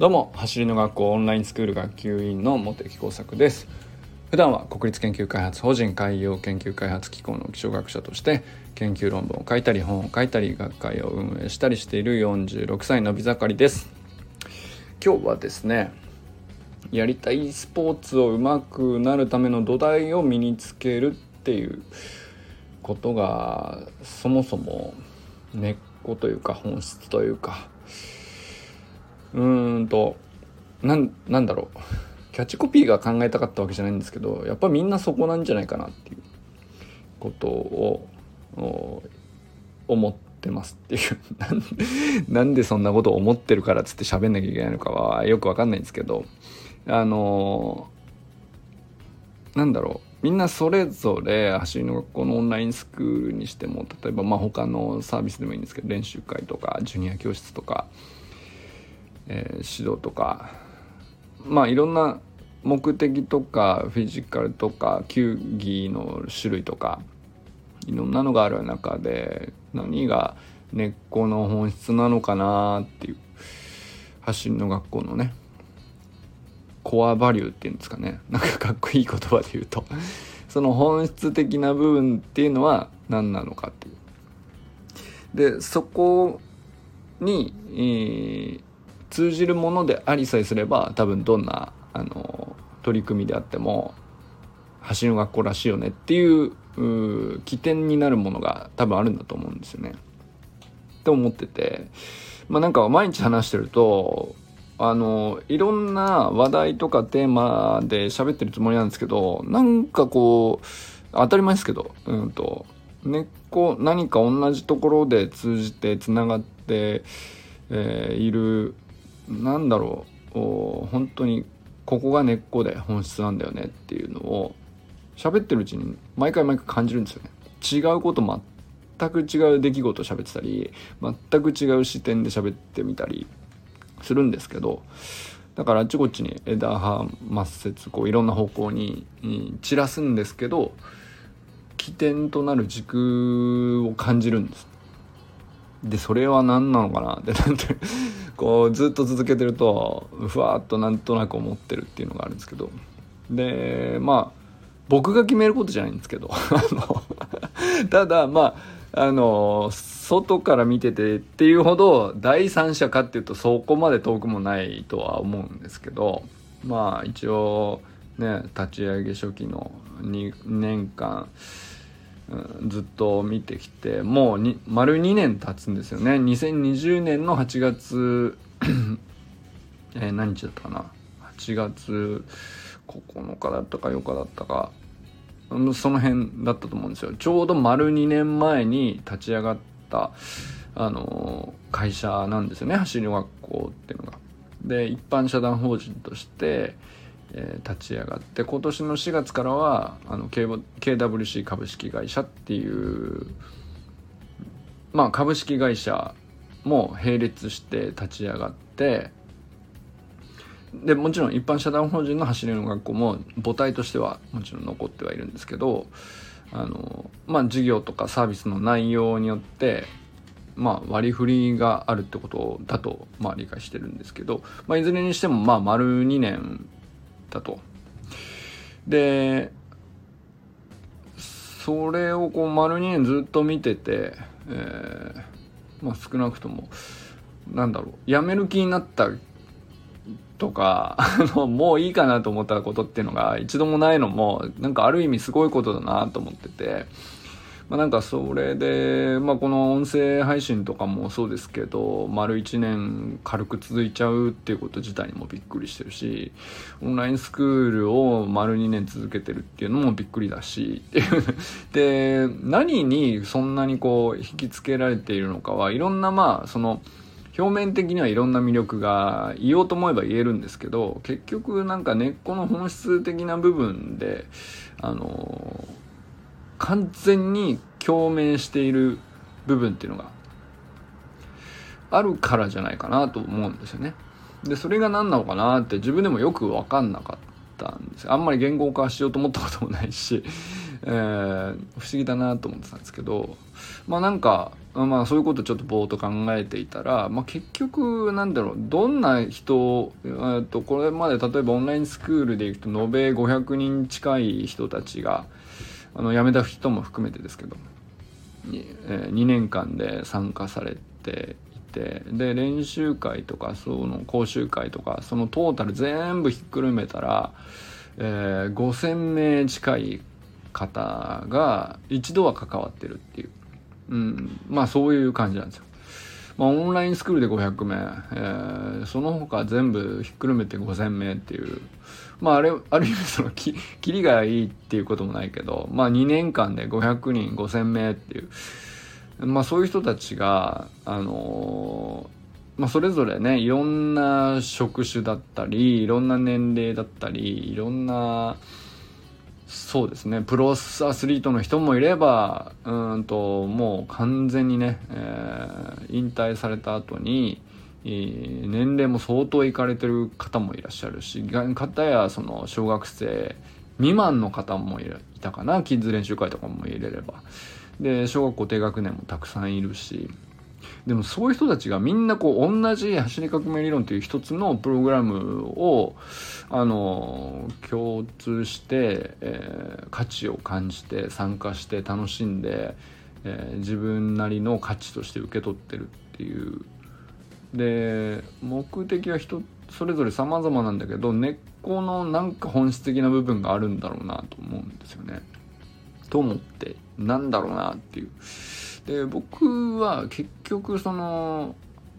どうも、走りの学校オンラインスクール学級委員の茂木耕作です。普段は国立研究開発法人海洋研究開発機構の気象学者として研究論文を書いたり本を書いたり学会を運営したりしている46歳のび盛りです。今日はですね、やりたいスポーツを上手くなるための土台を身につけるっていうことがそもそも根っこというか本質というかなんだろう、キャッチコピーが考えたかったわけじゃないんですけど、やっぱみんなそこなんじゃないかなっていうことを思ってますっていうなんでそんなことを思ってるからっつって喋んなきゃいけないのかはよくわかんないんですけど、みんなそれぞれ走りの学校のオンラインスクールにしても、例えば他のサービスでもいいんですけど、練習会とかジュニア教室とか、指導とか、いろんな目的とかフィジカルとか球技の種類とかいろんなのがある中で、何が根っこの本質なのかなっていう、走りの学校のねコアバリューっていうんですかね、なんかかっこいい言葉で言うとその本質的な部分っていうのは何なのかっていう。でそこに、通じるものでありさえすれば、多分どんな取り組みであっても走りの学校らしいよねっていう起点になるものが多分あるんだと思うんですよねって思ってて、なんか毎日話してるといろんな話題とかテーマで喋ってるつもりなんですけど、なんかこう当たり前ですけど根っこ何か同じところで通じてつながって、いる、本当にここが根っこで本質なんだよねっていうのを喋ってるうちに毎回感じるんですよね。違うこと、全く違う出来事を喋ってたり、全く違う視点で喋ってみたりするんですけど、だからあっちこっちに枝葉末節いろんな方向に散らすんですけど、起点となる軸を感じるんです。でそれは何なのかなってこうずっと続けてるとふわっとなんとなく思ってるっていうのがあるんですけど、で僕が決めることじゃないんですけどただ外から見ててっていうほど第三者かっていうとそこまで遠くもないとは思うんですけど、一応ね、立ち上げ初期の2年間ずっと見てきて、もう丸2年経つんですよね。2020年の8月何日だったかな、8月9日だったか8日だったか、その辺だったと思うんですよ。ちょうど丸2年前に立ち上がった会社なんですよね、走りの学校っていうのが。で一般社団法人として立ち上がって、今年の4月からはKWC 株式会社っていう株式会社も並列して立ち上がって、でもちろん一般社団法人の走りの学校も母体としてはもちろん残ってはいるんですけど、事業とかサービスの内容によって割り振りがあるってことだと理解してるんですけど、いずれにしても丸2年だと。でそれを丸2年ずっと見てて、少なくともやめる気になったとかもういいかなと思ったことっていうのが一度もないのもある意味すごいことだなと思ってて、それでこの音声配信とかもそうですけど、丸1年軽く続いちゃうっていうこと自体にもびっくりしてるし、オンラインスクールを丸2年続けてるっていうのもびっくりだしっていうで何にそんなに引きつけられているのかは、いろんなその表面的にはいろんな魅力が言おうと思えば言えるんですけど、結局根っこの本質的な部分で完全に共鳴している部分っていうのがあるからじゃないかなと思うんですよね。でそれが何なのかなって自分でもよく分かんなかったんです。あんまり言語化しようと思ったこともないし不思議だなと思ってたんですけど、なんかそういうことちょっとぼーっと考えていたら、結局なんだろう、どんな人、これまで例えばオンラインスクールでいくと延べ500人近い人たちが辞めた人も含めてですけど2年間で参加されていて、で練習会とかその講習会とかそのトータル全部ひっくるめたら、5000名近い方が一度は関わってるっていう、そういう感じなんですよ。オンラインスクールで500名、その他全部ひっくるめて5000名っていう、ある意味そのキリがいいっていうこともないけど、2年間で500人5000名っていう、そういう人たちがそれぞれね、いろんな職種だったりいろんな年齢だったりいろんな、そうですね、プロアスリートの人もいればもう完全にね、引退された後に年齢も相当いかれてる方もいらっしゃるし、方やその小学生未満の方もいたかな、キッズ練習会とかも入れれば、で小学校低学年もたくさんいるし、でもそういう人たちがみんな同じ走り革命理論という一つのプログラムを共通して、価値を感じて参加して楽しんで、自分なりの価値として受け取ってるっていう。で目的は人それぞれ様々なんだけど、根っこのなんか本質的な部分があるんだろうなと思うんですよね。と思ってなんだろうなっていう。で僕は結局その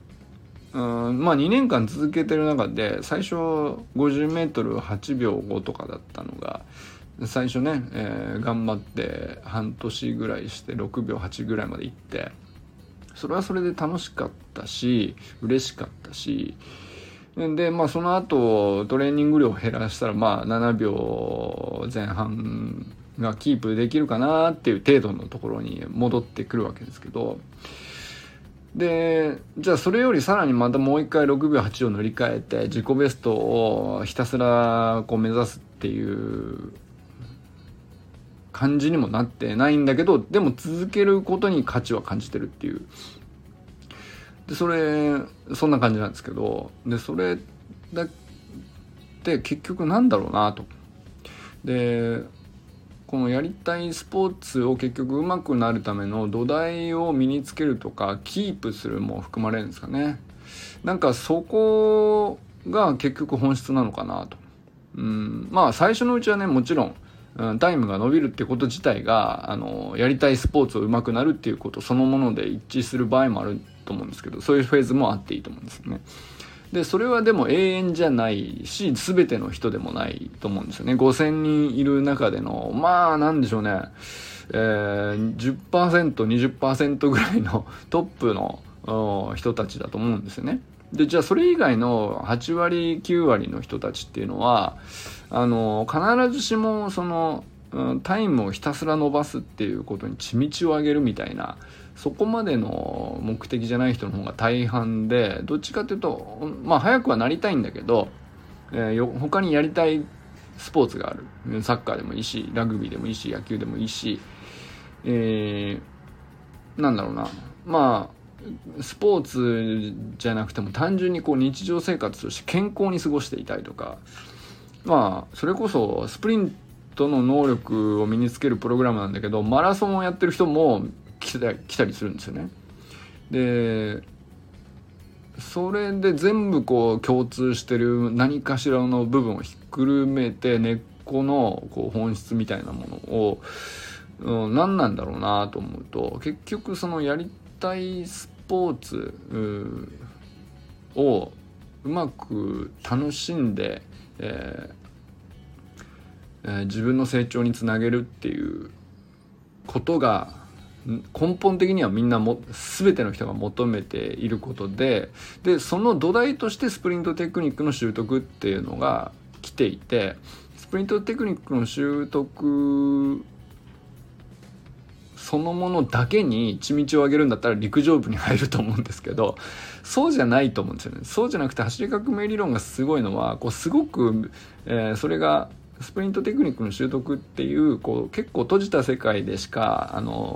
2年間続けてる中で最初 50m8 秒5とかだったのが最初ね、頑張って半年ぐらいして6秒8ぐらいまで行って、それはそれで楽しかったし嬉しかったし、でその後トレーニング量を減らしたら7秒前半がキープできるかなっていう程度のところに戻ってくるわけですけど、でじゃあそれよりさらにまたもう一回6秒8を塗り替えて自己ベストをひたすら目指すっていう感じにもなってないんだけど、でも続けることに価値は感じてるっていう。でそんな感じなんですけど、でそれだって結局なんだろうなと。でこのやりたいスポーツを結局上手くなるための土台を身につけるとかキープするも含まれるんですかね。なんかそこが結局本質なのかなと。最初のうちはね、もちろんタイムが伸びるってこと自体がやりたいスポーツを上手くなるっていうことそのもので一致する場合もあると思うんですけど、そういうフェーズもあっていいと思うんですよね。でそれはでも永遠じゃないし全ての人でもないと思うんですよね。5000人いる中でのなんでしょうね、10%20% ぐらいのトップの人たちだと思うんですよね。でじゃあそれ以外の8割9割の人たちっていうのは必ずしもそのタイムをひたすら伸ばすっていうことに血道を上げるみたいな、そこまでの目的じゃない人の方が大半で、どっちかというと早くはなりたいんだけど、他にやりたいスポーツがある。サッカーでもいいしラグビーでもいいし野球でもいいし、なんだろうな、スポーツじゃなくても単純に日常生活として健康に過ごしていたいとか、それこそスプリントの能力を身につけるプログラムなんだけど、マラソンをやってる人も来たりするんですよね。でそれで全部共通してる何かしらの部分をひっくるめて根っこの本質みたいなものを、何なんだろうなと思うと、結局そのやりたいスポーツをうまく楽しんで、自分の成長につなげるっていうことが根本的にはみんな全ての人が求めていることで、その土台としてスプリントテクニックの習得っていうのが来ていて、スプリントテクニックの習得そのものだけに血道を上げるんだったら陸上部に入ると思うんですけど、そうじゃないと思うんですよね。そうじゃなくて走り革命理論がすごいのはすごく、それがスプリントテクニックの習得っていう、結構閉じた世界でしか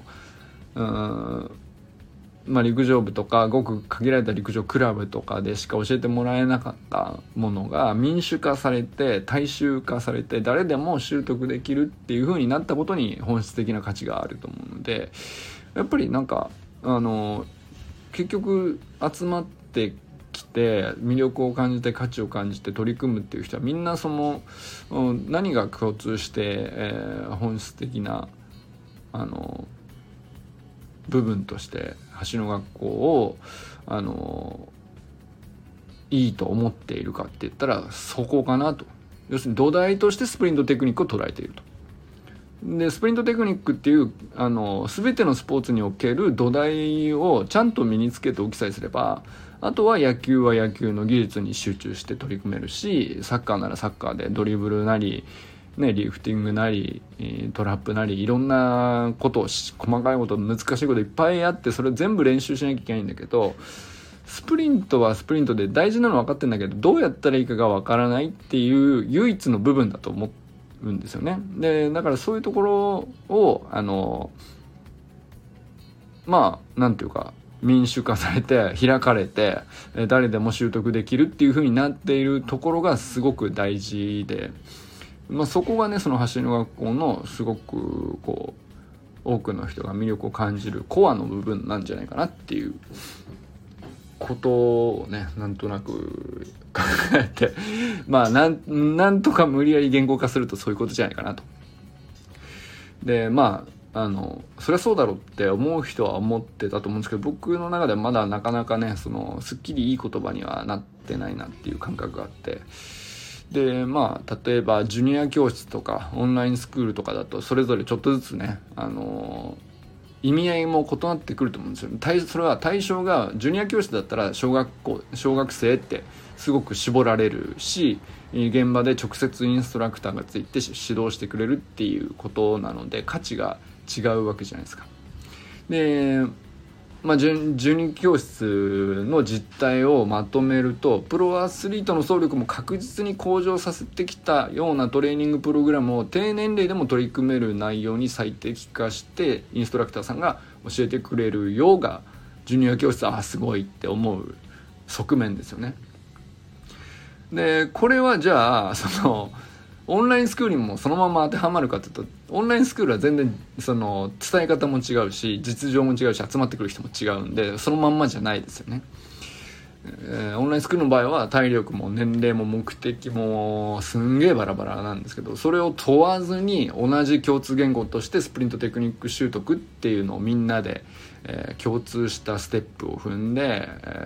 陸上部とかごく限られた陸上クラブとかでしか教えてもらえなかったものが民主化されて大衆化されて誰でも習得できるっていう風になったことに本質的な価値があると思うので、やっぱりなんか結局集まってきて魅力を感じて価値を感じて取り組むっていう人はみんな何が共通して、本質的な部分として橋の学校をいいと思っているかって言ったらそこかなと。要するに土台としてスプリントテクニックを捉えていると。でスプリントテクニックっていう全てのスポーツにおける土台をちゃんと身につけておきさえすれば、あとは野球は野球の技術に集中して取り組めるし、サッカーならサッカーでドリブルなりリフティングなりトラップなりいろんなことを細かいこと難しいこといっぱいあって、それ全部練習しなきゃいけないんだけど、スプリントはスプリントで大事なのは分かってるんだけどどうやったらいいかが分からないっていう唯一の部分だと思うんですよね。でだからそういうところをなんていうか民主化されて開かれて誰でも習得できるっていう風になっているところがすごく大事で、そこがねその走りの学校のすごく多くの人が魅力を感じるコアの部分なんじゃないかなっていうことをねなんとなく考えてなんとか無理やり言語化するとそういうことじゃないかなと。でそりゃそうだろうって思う人は思ってたと思うんですけど、僕の中ではまだなかなかねすっきりいい言葉にはなってないなっていう感覚があって、で例えばジュニア教室とかオンラインスクールとかだとそれぞれちょっとずつね意味合いも異なってくると思うんですよ。それは対象がジュニア教室だったら小学生ってすごく絞られるし、現場で直接インストラクターがついて指導してくれるっていうことなので価値が違うわけじゃないですか。で12教室の実態をまとめると、プロアスリートの走力も確実に向上させてきたようなトレーニングプログラムを低年齢でも取り組める内容に最適化してインストラクターさんが教えてくれるようがジュニア教室すごいって思う側面ですよね。でこれはじゃあオンラインスクールにもそのまま当てはまるかというと、オンラインスクールは全然伝え方も違うし実情も違うし集まってくる人も違うんでそのまんまじゃないですよね。オンラインスクールの場合は体力も年齢も目的もすんげえバラバラなんですけど、それを問わずに同じ共通言語としてスプリントテクニック習得っていうのをみんなで、共通したステップを踏んで、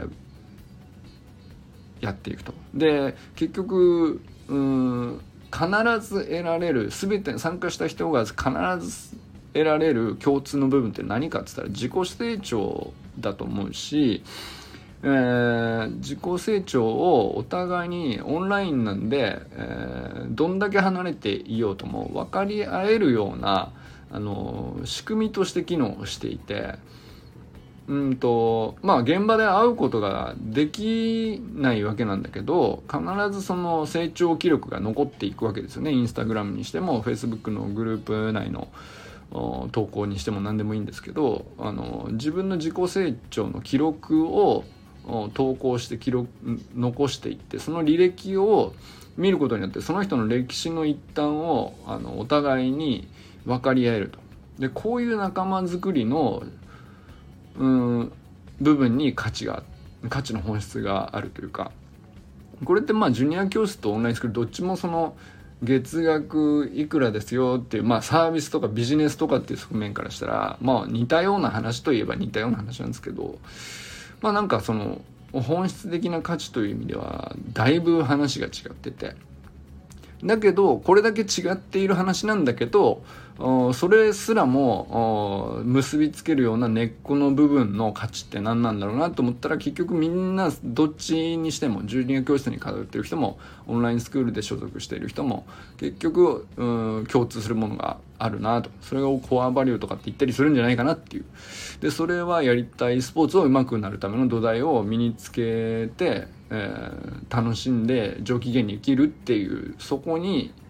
やっていくと。で結局必ず得られる、全て参加した人が必ず得られる共通の部分って何かって言ったら自己成長だと思うし、自己成長をお互いにオンラインなんで、どんだけ離れていようとも分かり合えるような仕組みとして機能していて、現場で会うことができないわけなんだけど必ずその成長記録が残っていくわけですよね。インスタグラムにしてもフェイスブックのグループ内の投稿にしても何でもいいんですけど、自分の自己成長の記録を投稿して残していって、その履歴を見ることによってその人の歴史の一端をお互いに分かり合えると。でこういう仲間づくりの部分に価値の本質があるというか、これってジュニア教室とオンラインスクールどっちも月額いくらですよっていうサービスとかビジネスとかっていう側面からしたら似たような話といえば似たような話なんですけど、なんか本質的な価値という意味ではだいぶ話が違ってて、だけどこれだけ違っている話なんだけどそれすらも結びつけるような根っこの部分の価値って何なんだろうなと思ったら、結局みんなどっちにしてもジュニア教室に通っている人もオンラインスクールで所属している人も結局共通するものがあるなと。それをコアバリューとかって言ったりするんじゃないかなっていう。でそれはやりたいスポーツを上手くなるための土台を身につけて、楽しんで上機嫌に生きるっていう、そこに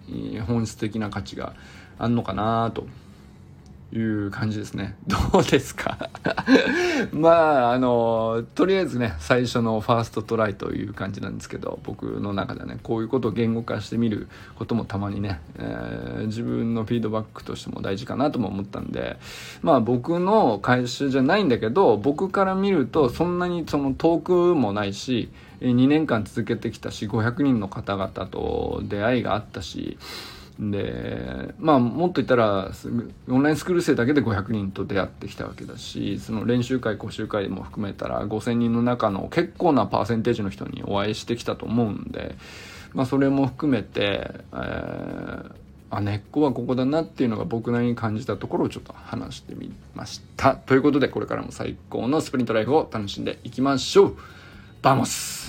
本質的な価値があんのかなという感じですね。どうですかまあとりあえずね最初のファーストトライという感じなんですけど、僕の中ではねこういうことを言語化してみることもたまにね、自分のフィードバックとしても大事かなとも思ったんで、まあ僕の会社じゃないんだけど僕から見るとそんなにその遠くもないし、2年間続けてきたし500人の方々と出会いがあったし、でまあもっと言ったらオンラインスクール生だけで500人と出会ってきたわけだし、その練習会講習会も含めたら5000人の中の結構なパーセンテージの人にお会いしてきたと思うんで、まあそれも含めて、根っこはここだなっていうのが僕なりに感じたところをちょっと話してみました。ということでこれからも最高のスプリントライフを楽しんでいきましょう。バモス。